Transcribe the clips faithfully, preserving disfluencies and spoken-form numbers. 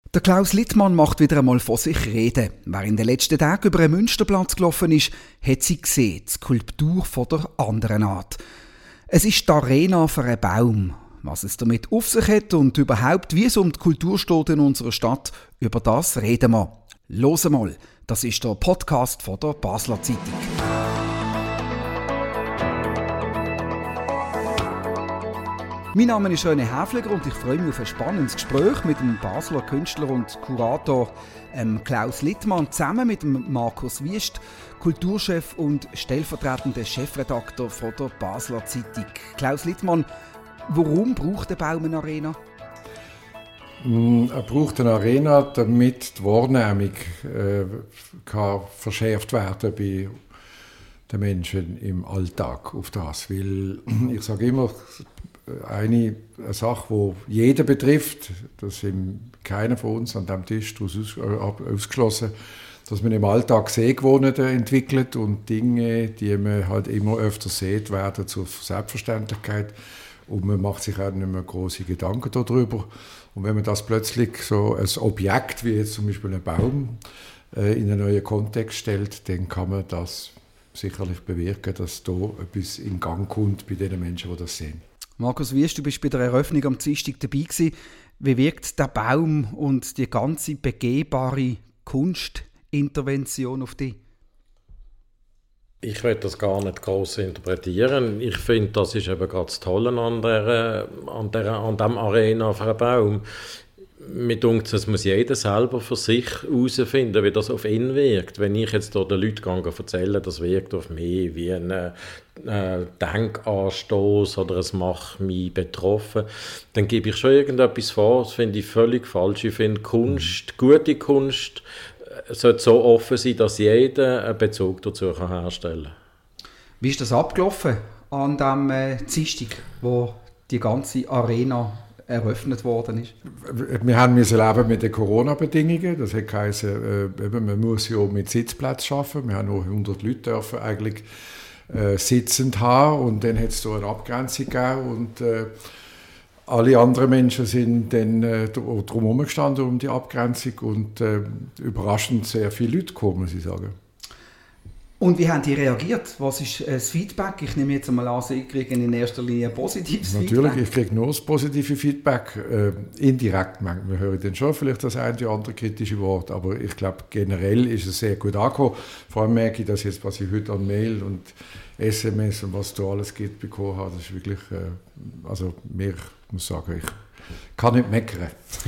Der Klaus Littmann macht wieder einmal vor sich reden. Wer in den letzten Tagen über den Münsterplatz gelaufen ist, hat sie gesehen, die Skulptur von der anderen Art. Es ist die Arena für einen Baum. Was es damit auf sich hat und überhaupt, wie es um die Kultur steht in unserer Stadt, über das reden wir. Los mal, das ist der Podcast von der Basler Zeitung. Mein Name ist René Häfliger und ich freue mich auf ein spannendes Gespräch mit dem Basler Künstler und Kurator ähm, Klaus Littmann zusammen mit dem Markus Wiest, Kulturchef und stellvertretender Chefredakteur von der Basler Zeitung. Klaus Littmann, warum braucht der Baum eine Arena? Er braucht eine Arena, damit die Wahrnehmung äh, kann verschärft werden bei den Menschen im Alltag auf das. Weil ich sage immer, eine, eine Sache, die jeden betrifft, das sind keiner von uns an diesem Tisch ausgeschlossen, dass man im Alltag Sehgewohnheiten entwickelt und Dinge, die man halt immer öfter sieht, werden zur Selbstverständlichkeit und man macht sich auch nicht mehr große Gedanken darüber. Und wenn man das plötzlich so als Objekt, wie jetzt zum Beispiel ein Baum, äh, in einen neuen Kontext stellt, dann kann man das sicherlich bewirken, dass da etwas in Gang kommt bei den Menschen, die das sehen. Markus Wiest, du bist bei der Eröffnung am Dienstag dabei gewesen. Wie wirkt der Baum und die ganze begehbare Kunstintervention auf dich? Ich will das gar nicht gross interpretieren. Ich finde, das ist eben gerade das Tolle an der, an der, an dem Arena für einen Baum. Mir denkt, das muss jeder selber für sich herausfinden, wie das auf ihn wirkt. Wenn ich jetzt hier den Leuten erzähle, das wirkt auf mich wie ein äh, Denkanstoß oder es macht mich betroffen, dann gebe ich schon irgendetwas vor. Das finde ich völlig falsch. Ich finde, Kunst, gute Kunst, sollte so offen sein, dass jeder einen Bezug dazu herstellen kann. Wie ist das abgelaufen an dem äh, Dienstag, wo die ganze Arena eröffnet worden ist? Wir haben müssen leben mit den Corona-Bedingungen. Das hat geheißen, äh, man muss ja mit Sitzplätzen arbeiten. Wir haben nur hundert Leute dürfen eigentlich äh, sitzend haben und dann hat es so eine Abgrenzung gegeben und äh, alle anderen Menschen sind dann äh, drumherum gestanden um die Abgrenzung und äh, überraschend sehr viele Leute gekommen, muss ich sagen. Und wie haben die reagiert? Was ist äh, das Feedback? Ich nehme jetzt einmal an, Sie kriegen in erster Linie positives Natürlich, Feedback. Natürlich, ich kriege nur das positive Feedback. Äh, indirekt, wir hören dann schon vielleicht das eine oder andere kritische Wort, aber ich glaube, generell ist es sehr gut angekommen. Vor allem merke ich das jetzt, was ich heute an Mail und S M S und was da alles gibt, bekommen habe. Das ist wirklich, äh, also mir, ich muss sagen, ich kann nicht meckern.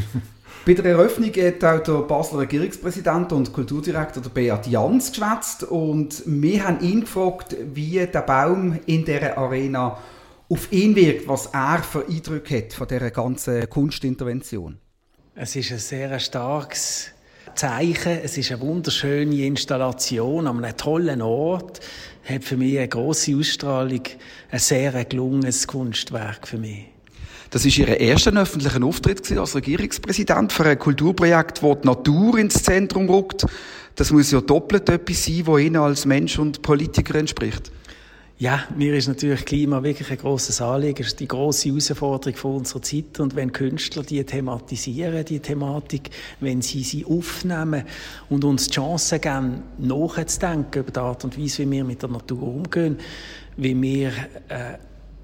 Bei der Eröffnung hat auch der Basler Regierungspräsident und Kulturdirektor der Beat Jans geschwätzt und wir haben ihn gefragt, wie der Baum in dieser Arena auf ihn wirkt, was er für Eindrücke hat von dieser ganzen Kunstintervention. Es ist ein sehr starkes Zeichen, es ist eine wunderschöne Installation an einem tollen Ort, hat für mich eine grosse Ausstrahlung, ein sehr gelungenes Kunstwerk für mich. Das war Ihr erster öffentlicher Auftritt als Regierungspräsident für ein Kulturprojekt, das die Natur ins Zentrum rückt. Das muss ja doppelt etwas sein, das Ihnen als Mensch und Politiker entspricht. Ja, mir ist natürlich Klima wirklich ein grosses Anliegen. Das ist die grosse Herausforderung von unserer Zeit. Und wenn Künstler die thematisieren, die Thematik, wenn sie sie aufnehmen und uns die Chance geben, nachzudenken über die Art und Weise, wie wir mit der Natur umgehen, wie wir äh,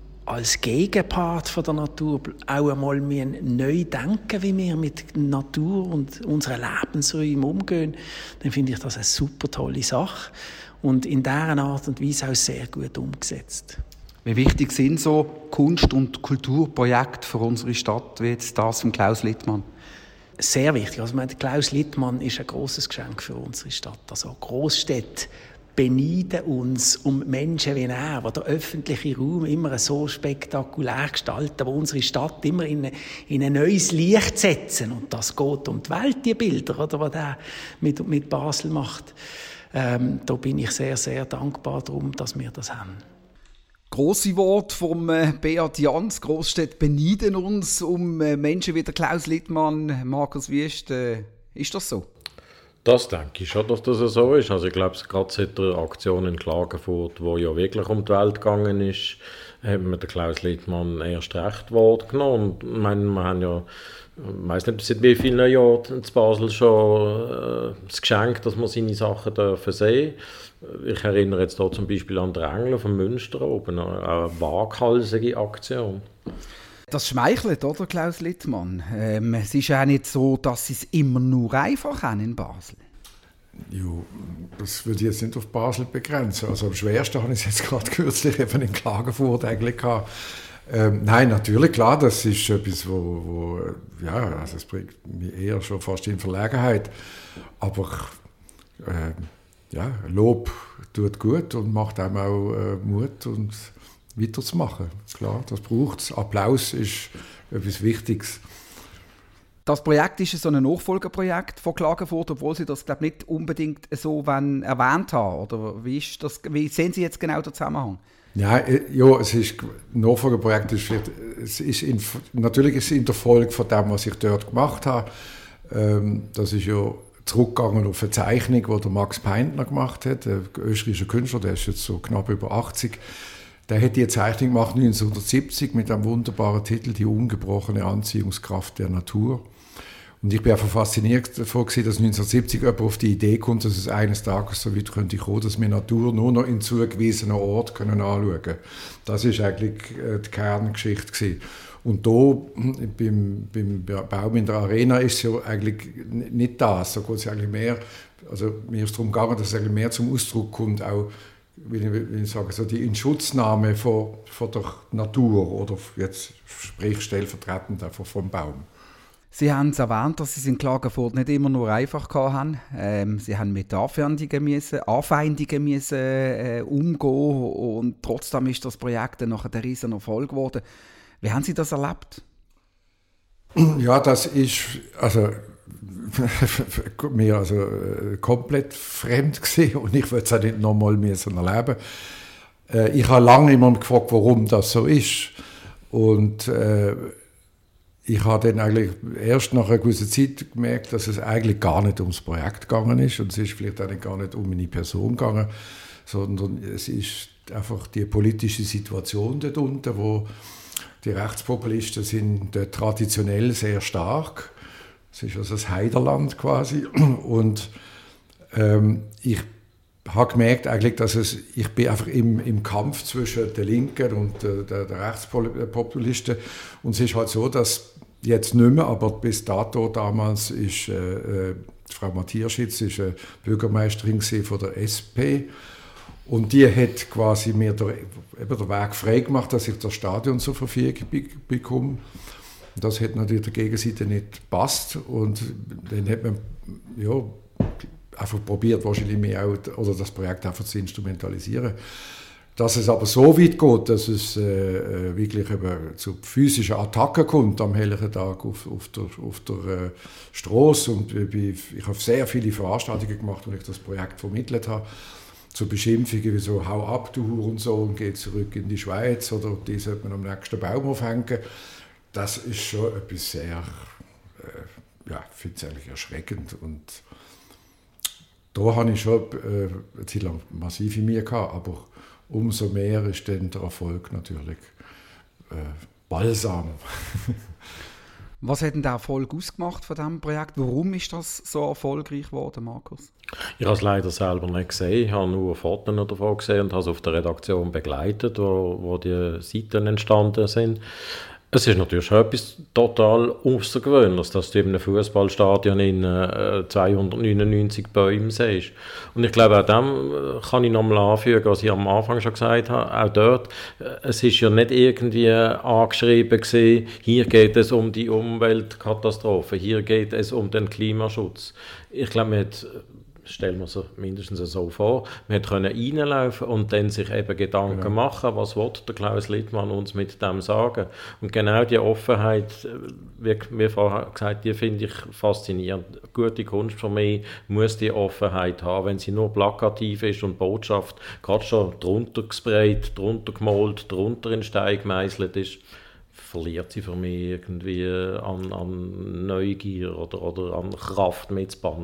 als Gegenpart von der Natur auch einmal neu denken, wie wir mit der Natur und unseren Lebensräumen umgehen, dann finde ich das eine super tolle Sache und in dieser Art und Weise auch sehr gut umgesetzt. Wie wichtig sind so Kunst- und Kulturprojekte für unsere Stadt, wie jetzt das von Klaus Littmann? Sehr wichtig. Also, meine, Klaus Littmann ist ein grosses Geschenk für unsere Stadt. Also Großstädte beneiden uns um Menschen wie er, die den öffentlichen Raum immer so spektakulär gestalten, wo unsere Stadt immer in, eine, in ein neues Licht setzen. Und das geht um die Welt, die Bilder, oder, die er mit, mit Basel macht. Ähm, da bin ich sehr, sehr dankbar darum, dass wir das haben. Grosse Worte vom äh, Beat Jans. Großstädte beneiden uns um äh, Menschen wie der Klaus Littmann, Markus Wiest. Äh, ist das so? Das denke ich schon, dass das so ist. Also ich glaube, gerade seit der Aktion in Klagenfurt, wo ja wirklich um die Welt gegangen ist, hat man den Klaus Littmann erst recht Wort genommen. Und ich meine, wir haben ja, ich weiss nicht, seit wie vielen Jahren in Basel schon äh, das Geschenk, dass wir seine Sachen dürfen sehen. Ich erinnere jetzt hier zum Beispiel an den Engel von Münster oben, eine waghalsige Aktion. Das schmeichelt, oder, Klaus Littmann? Ähm, es ist ja nicht so, dass sie es immer nur einfach haben in Basel. Ja, das würde ich jetzt nicht auf Basel begrenzen. Also am schwersten habe ich es jetzt gerade kürzlich eben in Klagenfurt eigentlich gehabt. Ähm, nein, natürlich, klar, das ist etwas, wo, wo ja, also es bringt mich eher schon fast in Verlegenheit. Aber äh, ja, Lob tut gut und macht einem auch äh, Mut, und weiterzumachen. Klar, das braucht es. Applaus ist etwas Wichtiges. Das Projekt ist so ein Nachfolgeprojekt von Klagenfurt, obwohl Sie das, glaube ich, nicht unbedingt so erwähnt haben. Oder wie, ist das, wie sehen Sie jetzt genau den Zusammenhang? Ja, ja, es ist ein Nachfolgeprojekt. Es ist in, natürlich ist es in der Folge von dem, was ich dort gemacht habe. Ähm, das ist ja zurückgegangen auf eine Zeichnung, die der Max Peintner gemacht hat, ein österreichischer Künstler, der ist jetzt so knapp über achtzig. Der hat die Zeichnung gemacht neunzehnhundertsiebzig mit einem wunderbaren Titel «Die ungebrochene Anziehungskraft der Natur». Und ich bin einfach fasziniert davon gewesen, dass neunzehnhundertsiebzig jemand auf die Idee kommt, dass es eines Tages so weit könnte kommen, dass wir Natur nur noch in zugewiesenen Orten können anschauen können. Das war eigentlich die Kerngeschichte gewesen. Und da beim, beim Baum in der Arena ist es ja eigentlich nicht das. Da geht es eigentlich mehr, also mir ist darum gegangen, dass es eigentlich mehr zum Ausdruck kommt, auch, wie ich, wie ich sage, so die Inschutznahme von, von der Natur oder jetzt sprich stellvertretend einfach vom Baum. Sie haben es erwähnt, dass Sie es in Klagenfurt nicht immer nur einfach hatten. Ähm, Sie haben mit Anfeindungen müssen, Anfeindungen müssen, äh, umgehen, und trotzdem ist das Projekt dann nachher ein riesen Erfolg geworden. Wie haben Sie das erlebt? Ja, das ist also mir also äh, komplett fremd gewesen, und ich würde es auch nicht nochmal erleben. Äh, ich habe lange immer gefragt, warum das so ist, und äh, ich habe dann eigentlich erst nach einer gewissen Zeit gemerkt, dass es eigentlich gar nicht ums Projekt gegangen ist, und es ist vielleicht auch nicht gar nicht um meine Person gegangen, sondern es ist einfach die politische Situation dort unten, wo die Rechtspopulisten sind dort traditionell sehr stark. Es ist also das Heiderland quasi, und ähm, ich habe gemerkt eigentlich, dass es, ich bin einfach im, im Kampf zwischen der Linken und der, der, der Rechtspopulisten, und es ist halt so, dass jetzt nicht mehr, aber bis dato damals ist äh, Frau Matthiaschitz ist eine Bürgermeisterin von der S P, und die hat quasi mir der, eben den Weg frei gemacht, dass ich das Stadion zur Verfügung bekomme. Das hat natürlich der Gegenseite nicht gepasst, und dann hat man ja, einfach probiert, wahrscheinlich mehr auch, oder das Projekt einfach zu instrumentalisieren. Dass es aber so weit geht, dass es äh, wirklich eben zu physischen Attacken kommt am helllichen Tag auf, auf der, auf der äh, Strasse. Und ich, ich habe sehr viele Veranstaltungen gemacht, wo ich das Projekt vermittelt habe, zu Beschimpfungen wie so «Hau ab, du Hure» und so, und «Geh zurück in die Schweiz» oder «Die sollte man am nächsten Baum aufhängen». Das ist schon etwas sehr, äh, ja, ich finde es eigentlich erschreckend. Und da habe ich schon äh, eine Zeit lang massiv in mir gehabt, aber umso mehr ist dann der Erfolg natürlich äh, Balsam. Was hat denn der Erfolg ausgemacht von diesem Projekt? Warum ist das so erfolgreich geworden, Markus? Ich habe es leider selber nicht gesehen. Ich habe nur Fotos davon gesehen und habe es auf der Redaktion begleitet, wo, wo die Seiten entstanden sind. Es ist natürlich schon etwas total Außergewöhnliches, dass du in einem Fußballstadion in äh, zweihundertneunundneunzig Bäumen siehst. Und ich glaube, auch dem kann ich nochmal anfügen, was ich am Anfang schon gesagt habe. Auch dort, äh, es ist ja nicht irgendwie angeschrieben gewesen, hier geht es um die Umweltkatastrophe, hier geht es um den Klimaschutz. Ich glaube, man hat, stellen wir es mindestens so vor, man konnte reinlaufen und dann sich eben Gedanken genau. machen, was will der Klaus Littmann uns mit dem sagen. Und genau die Offenheit, wie wir vorher gesagt, die finde ich faszinierend. Gute Kunst für mich muss die Offenheit haben. Wenn sie nur plakativ ist und Botschaft gerade schon drunter gesprayt, drunter gemalt, drunter in Stein gemeißelt ist, verliert sie für mich irgendwie an, an Neugier oder, oder an Kraft mitzubannen.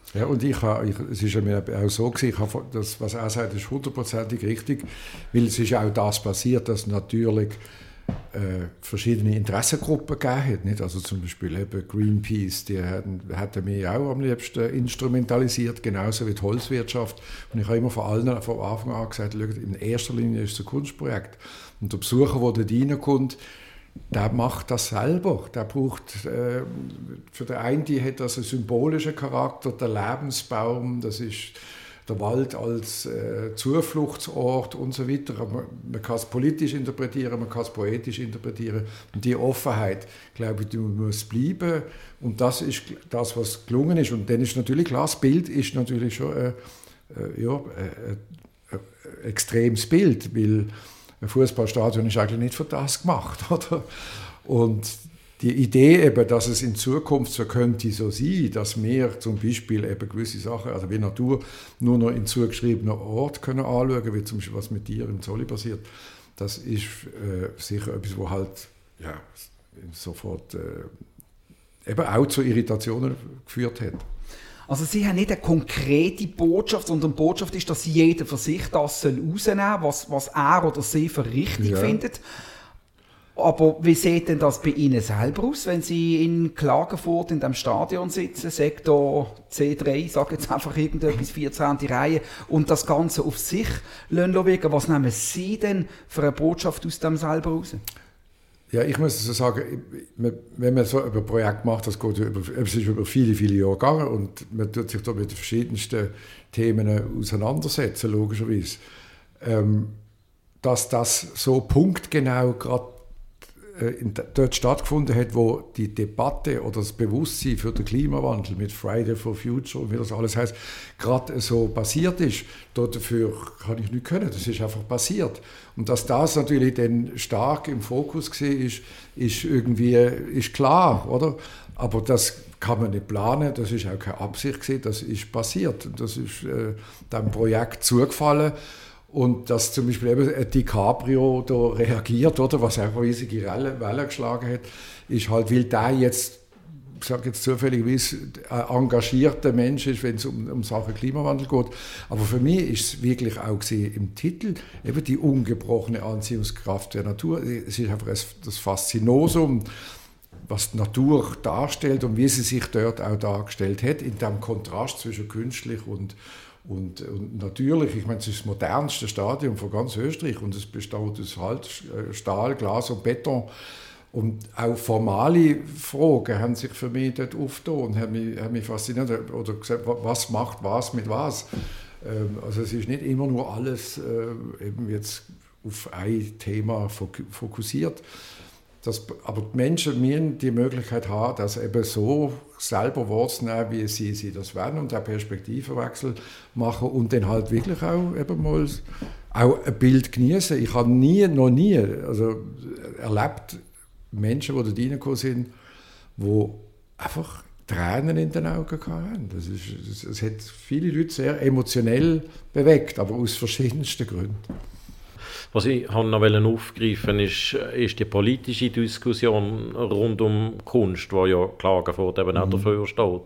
Ja, und ich habe, ich, es ist ja mir auch so gewesen, ich habe das, was er sagt, ist hundertprozentig richtig, weil es ist auch das passiert, dass natürlich äh, verschiedene Interessengruppen gegeben hat, nicht? Also zum Beispiel eben Greenpeace, die hätten, hätten mich auch am liebsten instrumentalisiert, genauso wie die Holzwirtschaft. Und ich habe immer von allen von Anfang an gesagt, in erster Linie ist es ein Kunstprojekt. Und der Besucher, der dort reinkommt, der macht das selber. Der braucht, äh, für den einen hat das einen symbolischen Charakter, der Lebensbaum, das ist der Wald als äh, Zufluchtsort und so weiter. Man, man kann es politisch interpretieren, man kann es poetisch interpretieren. Und die Offenheit, glaube ich, die muss bleiben. Und das ist das, was gelungen ist. Und dann ist natürlich klar, das Bild ist natürlich schon ein äh, ja, äh, äh, extremes Bild, weil ein Fußballstadion ist eigentlich nicht für das gemacht, oder? Und die Idee eben, dass es in Zukunft so könnte so sein, dass wir zum Beispiel eben gewisse Sachen, also wie Natur, nur noch in zugeschriebenen Ort können anschauen, wie zum Beispiel was mit Tieren im Zolli passiert, das ist äh, sicher etwas, wo halt ja, sofort äh, eben auch zu Irritationen geführt hat. Also Sie haben nicht eine konkrete Botschaft, sondern die Botschaft ist, dass jeder für sich das rausnehmen soll, was, was er oder sie für richtig ja. findet. Aber wie sieht denn das bei Ihnen selber aus, wenn Sie in Klagenfurt in dem Stadion sitzen, Sektor C drei, sage jetzt einfach irgendetwas, vierzehnte Reihe, und das Ganze auf sich wirken? Was nehmen Sie denn für eine Botschaft aus dem selber raus? Ja, ich muss so sagen, wenn man so ein Projekt macht, das geht über, es ist über viele, viele Jahre gegangen und man tut sich da mit den verschiedensten Themen auseinandersetzen, logischerweise. Ähm, dass das so punktgenau gerade dort stattgefunden hat, wo die Debatte oder das Bewusstsein für den Klimawandel mit Friday for Future, wie das alles heißt, gerade so passiert ist, dafür kann ich nicht können. Das ist einfach passiert. Und dass das natürlich dann stark im Fokus war, ist, ist irgendwie ist klar, oder? Aber das kann man nicht planen, das ist auch keine Absicht gewesen, das ist passiert. Das ist äh, dem Projekt zugefallen. Und dass zum Beispiel eben DiCaprio da reagiert, oder, was auch riesige Wellen, Wellen geschlagen hat, ist halt, weil der jetzt, ich sage jetzt zufälligerweise, ein engagierter Mensch ist, wenn es um, um Sachen Klimawandel geht. Aber für mich ist es wirklich auch gesehen im Titel, eben die ungebrochene Anziehungskraft der Natur. Es ist einfach das Faszinosum, was die Natur darstellt und wie sie sich dort auch dargestellt hat, in dem Kontrast zwischen künstlich und Und, und natürlich, ich meine, es ist das modernste Stadion von ganz Österreich und es besteht aus Holz, Stahl, Glas und Beton. Und auch formale Fragen haben sich für mich dort aufgetan und haben mich, haben mich fasziniert. Oder gesagt, was macht was mit was? Also es ist nicht immer nur alles eben jetzt auf ein Thema fokussiert. Das, aber die Menschen müssen die Möglichkeit haben, das eben so selber wahrzunehmen, wie sie, sie das wollen und einen Perspektivenwechsel machen und dann halt wirklich auch eben mal auch ein Bild genießen. Ich habe nie, noch nie also erlebt Menschen, die dort reingekommen sind, die einfach Tränen in den Augen hatten. Das ist, das hat viele Leute sehr emotionell bewegt, aber aus verschiedensten Gründen. Was ich noch aufgreifen wollte, ist, ist die politische Diskussion rund um Kunst, wo ja Klagenfurt eben auch mhm. dafür steht.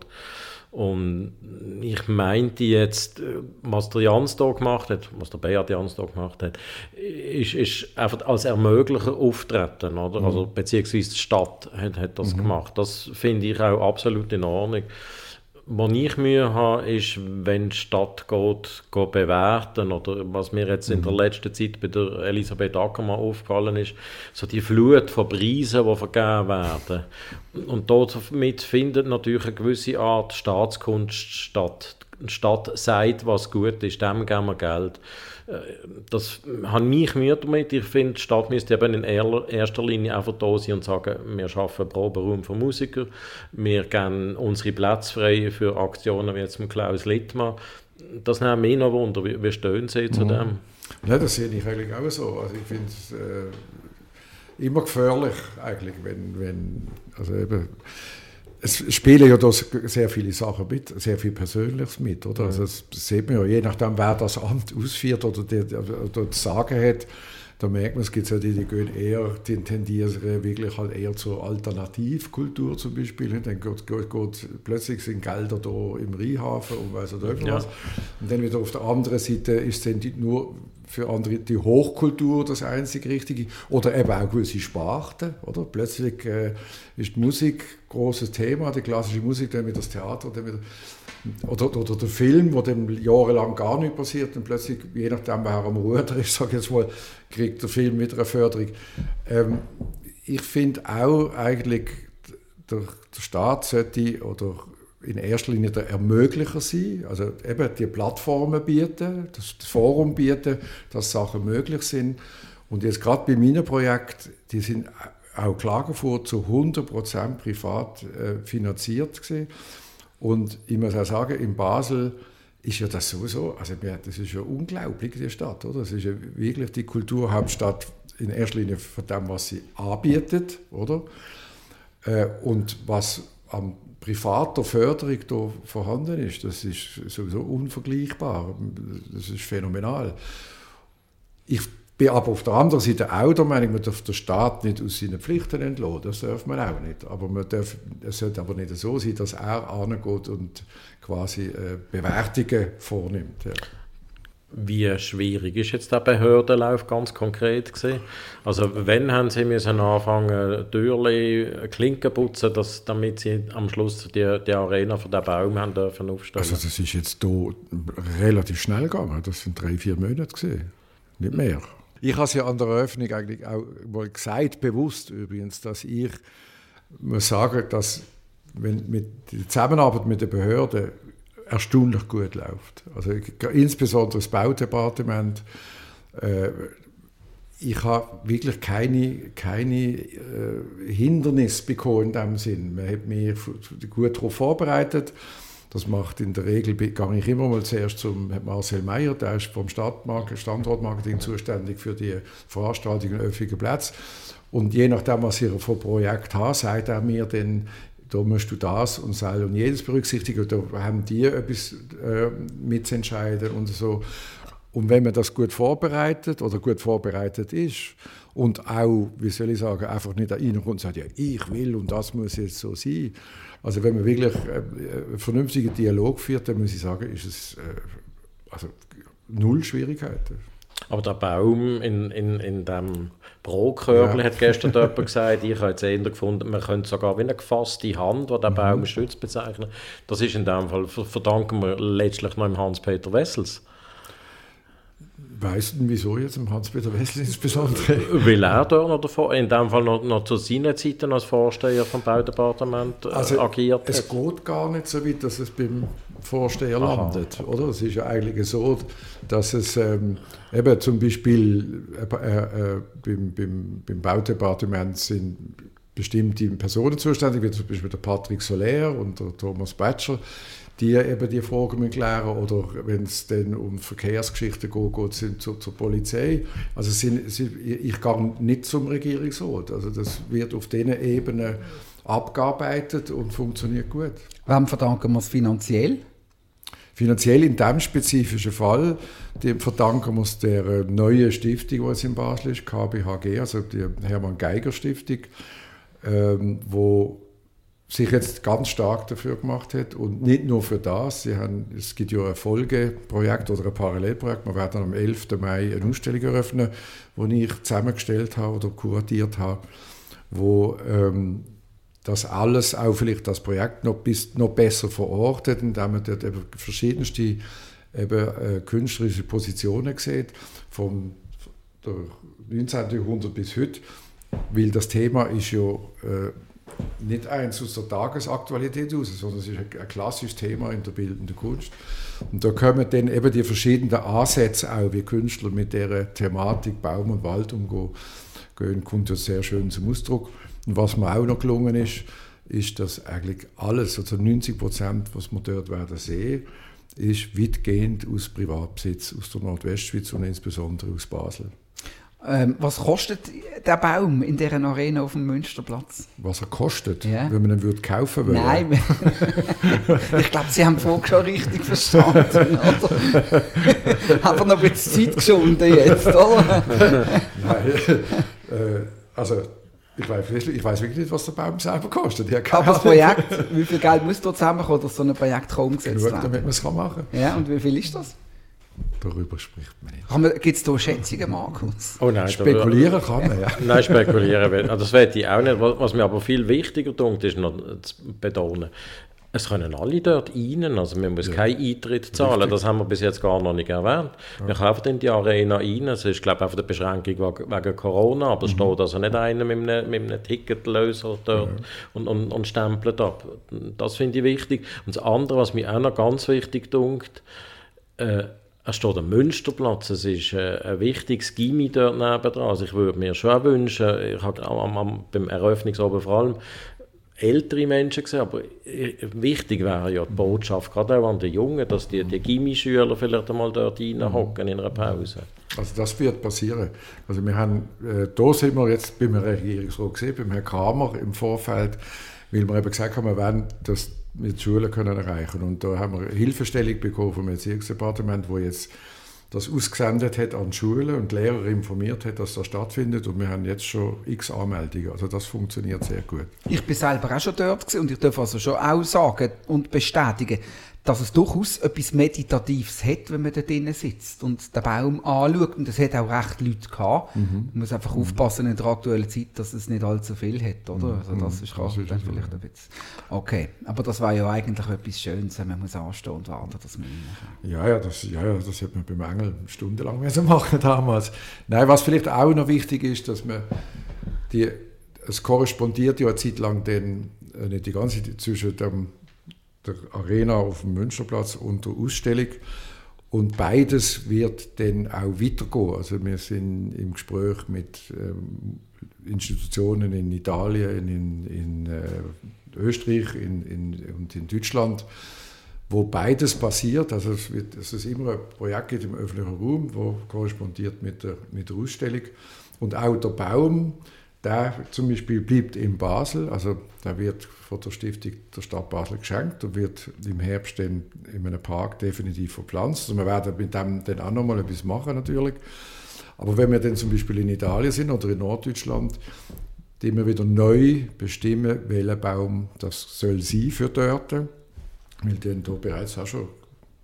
Und ich meinte jetzt, was der Jans da gemacht hat, was der Beat Jans da gemacht hat, ist, ist einfach als Ermöglicher auftreten, oder? Mhm. Also, beziehungsweise die Stadt hat, hat das mhm. gemacht. Das finde ich auch absolut in Ordnung. Was ich Mühe habe, ist, wenn die Stadt geht, geht bewerten, oder was mir jetzt in der letzten Zeit bei der Elisabeth Ackermann aufgefallen ist, so die Flut von Preisen, die vergeben werden. Und damit findet natürlich eine gewisse Art Staatskunst statt. Die Stadt sagt, was gut ist, dem geben wir Geld. Das hat mich Mühe damit. Ich finde, die Stadt müsste eben in erster Linie einfach da sein und sagen, wir schaffen Proberaum für Musiker, wir geben unsere Plätze frei für Aktionen wie jetzt mit Klaus Littmann. Das nimmt mich noch Wunder. Wie, wie stehen Sie zu dem? Ja, das sehe ich eigentlich auch so. Also ich finde es äh, immer gefährlich, eigentlich, wenn, wenn also eben, es spielen ja da sehr viele Sachen mit, sehr viel Persönliches mit, oder? Also das sieht man ja, je nachdem, wer das Amt ausführt oder, die, oder das Sagen hat, da merkt man, es gibt ja die, die gehen eher, die tendieren wirklich halt eher zur Alternativkultur zum Beispiel. Dann geht, geht, geht, plötzlich sind Gelder da im Rheinhafen und weiss nicht was. Ja. Und dann wieder auf der anderen Seite ist es dann nur für andere die Hochkultur das einzig Richtige. Oder eben auch gewisse Sparten. Oder? Plötzlich äh, ist die Musik ein grosses Thema, die klassische Musik, dann wieder das Theater, dann wieder Oder, oder der Film, wo dann jahrelang gar nichts passiert und plötzlich, je nachdem, wer am Ruder ist, sage ich jetzt mal, kriegt der Film wieder eine Förderung. Ähm, ich finde auch eigentlich, der, der Staat sollte oder in erster Linie der Ermöglicher sein, also eben die Plattformen bieten, das Forum bieten, dass Sachen möglich sind. Und jetzt gerade bei meinem Projekt, die sind auch Klagenfurt zu hundert Prozent privat äh, finanziert gewesen. Und ich muss auch sagen, in Basel ist ja das sowieso, also das ist ja unglaublich, die Stadt, oder? Das ist ja wirklich die Kulturhauptstadt in erster Linie von dem, was sie anbietet, oder? Und was an privater Förderung da vorhanden ist, das ist sowieso unvergleichbar, das ist phänomenal. Ich bin aber auf der anderen Seite auch der Meinung, man darf den Staat nicht aus seinen Pflichten entlassen. Das darf man auch nicht. Aber man darf, es sollte aber nicht so sein, dass er angeht und quasi äh, Bewertungen vornimmt. Ja. Wie schwierig ist jetzt der Behördenlauf ganz konkret gewesen? Also wann haben Sie müssen anfangen, Türchen, Klinken putzen, dass, damit Sie am Schluss die, die Arena für den Baum haben dürfen aufstellen? Also das ist jetzt hier relativ schnell gegangen. Das sind drei, vier Monate gewesen. Nicht mehr. Ich habe es ja an der Eröffnung eigentlich auch mal gesagt, bewusst übrigens, dass ich muss sagen, dass wenn mit die Zusammenarbeit mit der Behörde erstaunlich gut läuft. Also insbesondere das Baudepartement. Äh, ich habe wirklich keine, keine äh, Hindernisse bekommen in dem Sinn. Man hat mich gut darauf vorbereitet. Das macht in der Regel, gehe ich immer mal zuerst zum Marcel Meyer, der ist vom Standortmarketing zuständig für die Veranstaltungen öffentlicher Plätze. Und je nachdem, was ich für ein Projekt habe, sagt er mir dann, da musst du das und das und jedes berücksichtigen, da haben die etwas äh, mitzuentscheiden und so. Und wenn man das gut vorbereitet oder gut vorbereitet ist und auch, wie soll ich sagen, einfach nicht reinkommt und sagt, ja, ich will und das muss jetzt so sein. Also wenn man wirklich einen vernünftigen Dialog führt, dann muss ich sagen, ist es äh, also null Schwierigkeiten. Aber der Baum in, in, in dem Brotkörbchen, ja. Hat gestern jemand gesagt, ich habe jetzt eher gefunden, man könnte sogar wie eine gefasste Hand, die den Baum stützt, bezeichnen. Das ist in dem Fall, verdanken wir letztlich noch dem Hans-Peter Wessels. Weißt du, wieso jetzt im Hans-Peter Wessels insbesondere? Weil er da noch davor, in dem Fall noch, noch zu seinen Zeiten als Vorsteher vom Baudepartement äh, also agiert hat. Es geht gar nicht so weit, dass es beim Vorsteher Aha. landet. Oder? Es ist ja eigentlich so, dass es ähm, eben zum Beispiel äh, äh, beim, beim, beim Baudepartement sind bestimmte Personen zuständig, wie zum Beispiel der Patrick Soler und der Thomas Batschel, die eben die Fragen klären, oder wenn es dann um Verkehrsgeschichten geht, geht es zur, zur Polizei. Also sind, sind, ich gehe nicht zum Regierungsrat. Also das wird auf diesen Ebenen abgearbeitet und funktioniert gut. Wem verdanken wir es finanziell? Finanziell in diesem spezifischen Fall, dem verdanken wir es der neuen Stiftung, die jetzt in Basel ist, K B H G, also die Hermann Geiger Stiftung, ähm, wo sich jetzt ganz stark dafür gemacht hat und nicht nur für das. Sie haben, es gibt ja ein Folgeprojekt oder ein Parallelprojekt. Wir werden am elften Mai eine Ausstellung eröffnen, die ich zusammengestellt habe oder kuratiert habe, wo ähm, das alles, auch vielleicht das Projekt noch, bis, noch besser verortet, indem man dort eben verschiedenste eben, äh, künstlerische Positionen sieht, vom der neunzehnten Jahrhundert bis heute, weil das Thema ist ja äh, nicht eins aus der Tagesaktualität raus, sondern es ist ein klassisches Thema in der bildenden Kunst. Und da kommen dann eben die verschiedenen Ansätze auch, wie Künstler mit dieser Thematik Baum und Wald umgehen, gehen, kommt das sehr schön zum Ausdruck. Und was mir auch noch gelungen ist, ist, dass eigentlich alles, also neunzig Prozent, was wir dort werden sehen, ist weitgehend aus Privatbesitz, aus der Nordwestschweiz und insbesondere aus Basel. Ähm, was kostet der Baum in dieser Arena auf dem Münsterplatz? Was er kostet, ja. wenn man ihn würde kaufen würde? Nein, ich glaube, Sie haben die Frage schon richtig verstanden, oder? Haben wir noch ein bisschen Zeit geschunden jetzt, oder? Nein, äh, also ich weiß, ich weiß wirklich nicht, was der Baum selber kostet. Aber das Projekt, wie viel Geld muss da zusammenkommen, dass so ein Projekt kaum umgesetzt wird? Damit man es machen kann. Ja, und wie viel ist das? Darüber spricht man nicht. Gibt es da Schätzungen, Markus? Oh nein, spekulieren kann man, ja. Nein, spekulieren, das weiß ich auch nicht. Was mir aber viel wichtiger tut, ist noch zu betonen, es können alle dort rein, also man muss ja. keinen Eintritt zahlen, richtig. Das haben wir bis jetzt gar noch nicht erwähnt. Ja. Wir kaufen in die Arena rein, es ist glaube ich einfach eine Beschränkung wegen Corona, aber es mhm. steht also nicht einer mit einem, mit einem Ticketlöser dort ja. und, und, und stempelt ab. Das finde ich wichtig. Und das andere, was mir auch noch ganz wichtig dünkt, äh, es steht am Münsterplatz, es ist äh, ein wichtiges Gimmi dort nebendran. Also ich würde mir schon wünschen, ich habe am, am, beim Eröffnungsabend vor allem ältere Menschen gesehen, aber wichtig wäre ja die Botschaft, gerade auch an die Jungen, dass die, die Gimmi-Schüler vielleicht einmal dort reinhocken in einer Pause. Also das wird passieren. Also wir haben, äh, da sind wir jetzt beim Regierungsrat gesehen, beim Herrn Kramer im Vorfeld, weil wir eben gesagt haben, wir werden das mit Schulen können erreichen. Und da haben wir eine Hilfestellung bekommen vom Erziehungsdepartement, wo jetzt das ausgesendet hat an die Schulen und die Lehrer informiert hat, dass das stattfindet. Und wir haben jetzt schon x Anmeldungen. Also das funktioniert sehr gut. Ich bin selber auch schon dort gewesen und ich darf also schon auch sagen und bestätigen, dass es durchaus etwas Meditatives hat, wenn man da drinnen sitzt und den Baum anschaut. Und es hat auch recht Leute gehabt. Mhm. Man muss einfach mhm. aufpassen in der aktuellen Zeit, dass es nicht allzu viel hat, oder? Also das ist, das ist dann so, vielleicht ja. ein bisschen... Okay, aber das war ja eigentlich etwas Schönes, wenn man muss anstehen und warten, dass man rein ja, ja, das, ja, ja, das hat man beim Engel stundenlang machen damals. Nein, was vielleicht auch noch wichtig ist, dass man die... Es korrespondiert ja eine Zeit lang den, nicht die ganze Zeit zwischen dem der Arena auf dem Münsterplatz und der Ausstellung. Und beides wird dann auch weitergehen. Also wir sind im Gespräch mit ähm, Institutionen in Italien, in, in äh, Österreich in, in, und in Deutschland, wo beides passiert. Also es, wird, es ist immer ein Projekt im öffentlichen Raum, das korrespondiert mit der, mit der Ausstellung. Und auch der Baum, der zum Beispiel bleibt in Basel, also der wird von der Stiftung der Stadt Basel geschenkt und wird im Herbst dann in einem Park definitiv verpflanzt. Also wir werden mit dem dann auch nochmal etwas machen natürlich. Aber wenn wir dann zum Beispiel in Italien sind oder in Norddeutschland, die wir wieder neu bestimmen, welcher Baum das soll sein für dort, weil dann da bereits auch schon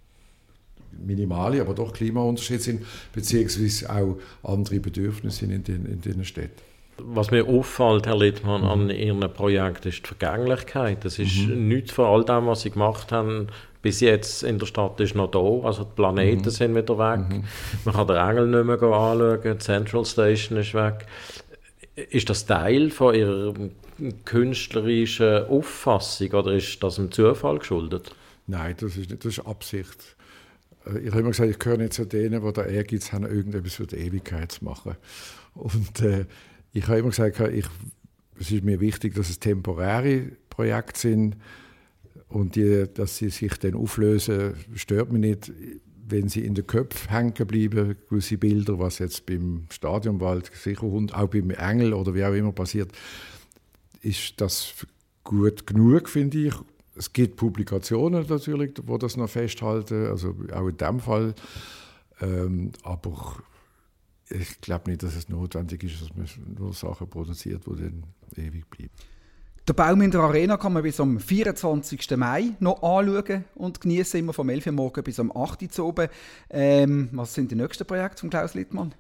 minimale, aber doch Klimaunterschiede sind, beziehungsweise auch andere Bedürfnisse sind in den, in den Städten. Was mir auffällt, Herr Littmann, mhm. an Ihrem Projekt ist die Vergänglichkeit. Das ist mhm. nichts von all dem, was Sie gemacht haben, bis jetzt in der Stadt ist noch da. Also die Planeten mhm. sind wieder weg. Mhm. Man kann den Engel nicht mehr anschauen, die Central Station ist weg. Ist das Teil von Ihrer künstlerischen Auffassung oder ist das einem Zufall geschuldet? Nein, das ist nicht, das ist Absicht. Ich habe immer gesagt, ich gehöre nicht zu denen, die den Ehrgeiz haben, irgendetwas für die Ewigkeit zu machen. Und äh, ich habe immer gesagt, ich, es ist mir wichtig, dass es temporäre Projekte sind und die, dass sie sich dann auflösen, stört mich nicht. Wenn sie in den Köpfen hängen bleiben, gewisse Bilder, was jetzt beim Stadionwald sicher und auch beim Engel oder wie auch immer passiert, ist das gut genug, finde ich. Es gibt Publikationen natürlich, die das noch festhalten, also auch in diesem Fall. Ähm, aber ich glaube nicht, dass es notwendig ist, dass man nur Sachen produziert, die dann ewig bleiben. Den Baum in der Arena kann man bis am vierundzwanzigsten Mai noch anschauen und genießen, immer vom elf Uhr morgens bis am acht Uhr oben. Ähm, was sind die nächsten Projekte von Klaus Littmann?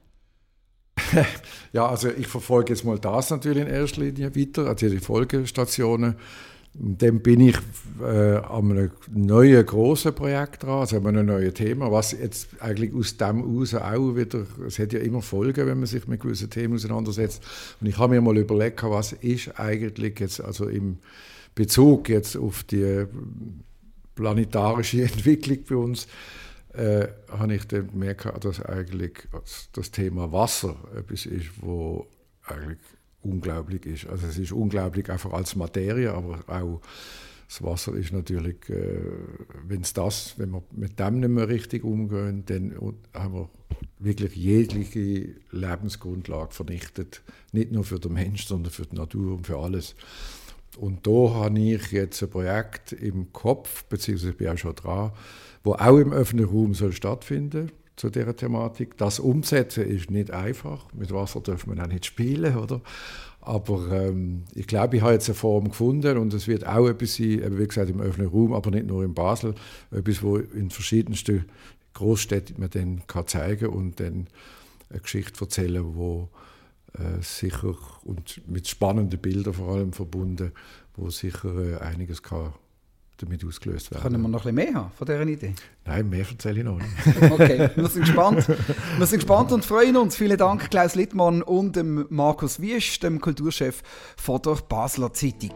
Ja, also ich verfolge jetzt mal das natürlich in erster Linie weiter, also die Folgestationen. Dann bin ich äh, an einem neuen grossen Projekt dran, also an einem neuen Thema, was jetzt eigentlich aus dem heraus auch wieder, es hat ja immer Folgen, wenn man sich mit gewissen Themen auseinandersetzt. Und ich habe mir mal überlegt, was ist eigentlich jetzt, also im Bezug jetzt auf die planetarische Entwicklung bei uns, äh, habe ich dann gemerkt, dass eigentlich das Thema Wasser etwas ist, wo eigentlich unglaublich ist. Also es ist unglaublich einfach als Materie, aber auch das Wasser ist natürlich, äh, wenn es das, wenn wir mit dem nicht mehr richtig umgehen, dann haben wir wirklich jegliche Lebensgrundlage vernichtet. Nicht nur für den Menschen, sondern für die Natur und für alles. Und da habe ich jetzt ein Projekt im Kopf, beziehungsweise bin ich auch schon dran, wo auch im öffentlichen Raum soll stattfinden zu dieser Thematik. Das umsetzen ist nicht einfach. Mit Wasser dürfen wir auch nicht spielen, oder? Aber ähm, ich glaube, ich habe jetzt eine Form gefunden und es wird auch etwas sein, wie gesagt, im öffentlichen Raum, aber nicht nur in Basel, etwas, wo in verschiedensten Großstädten man dann kann zeigen und dann eine Geschichte erzählen, wo äh, sicher und mit spannenden Bildern vor allem verbunden, wo sicher äh, einiges kann damit ausgelöst werden. Können wir noch ein bisschen mehr haben von dieser Idee? Nein, mehr erzähle ich noch nicht. Okay, wir sind gespannt. Wir sind gespannt und freuen uns. Vielen Dank Klaus Littmann und dem Markus Wiesch, dem Kulturchef von der Basler Zeitung.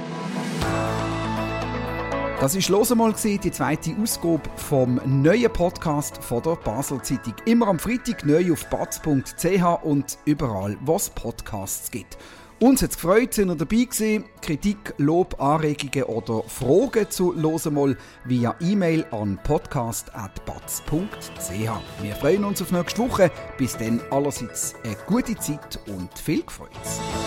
Das war «Los einmal», die zweite Ausgabe vom neuen Podcast von der Basler Zeitung. Immer am Freitag neu auf batz punkt c h und überall, wo es Podcasts gibt. Uns hat es gefreut, sind ihr dabei gewesen. Kritik, Lob, Anregungen oder Fragen zu «Los einmal» via E-Mail an podcast at batz punkt c h. Wir freuen uns auf nächste Woche. Bis dann allerseits eine gute Zeit und viel Freude.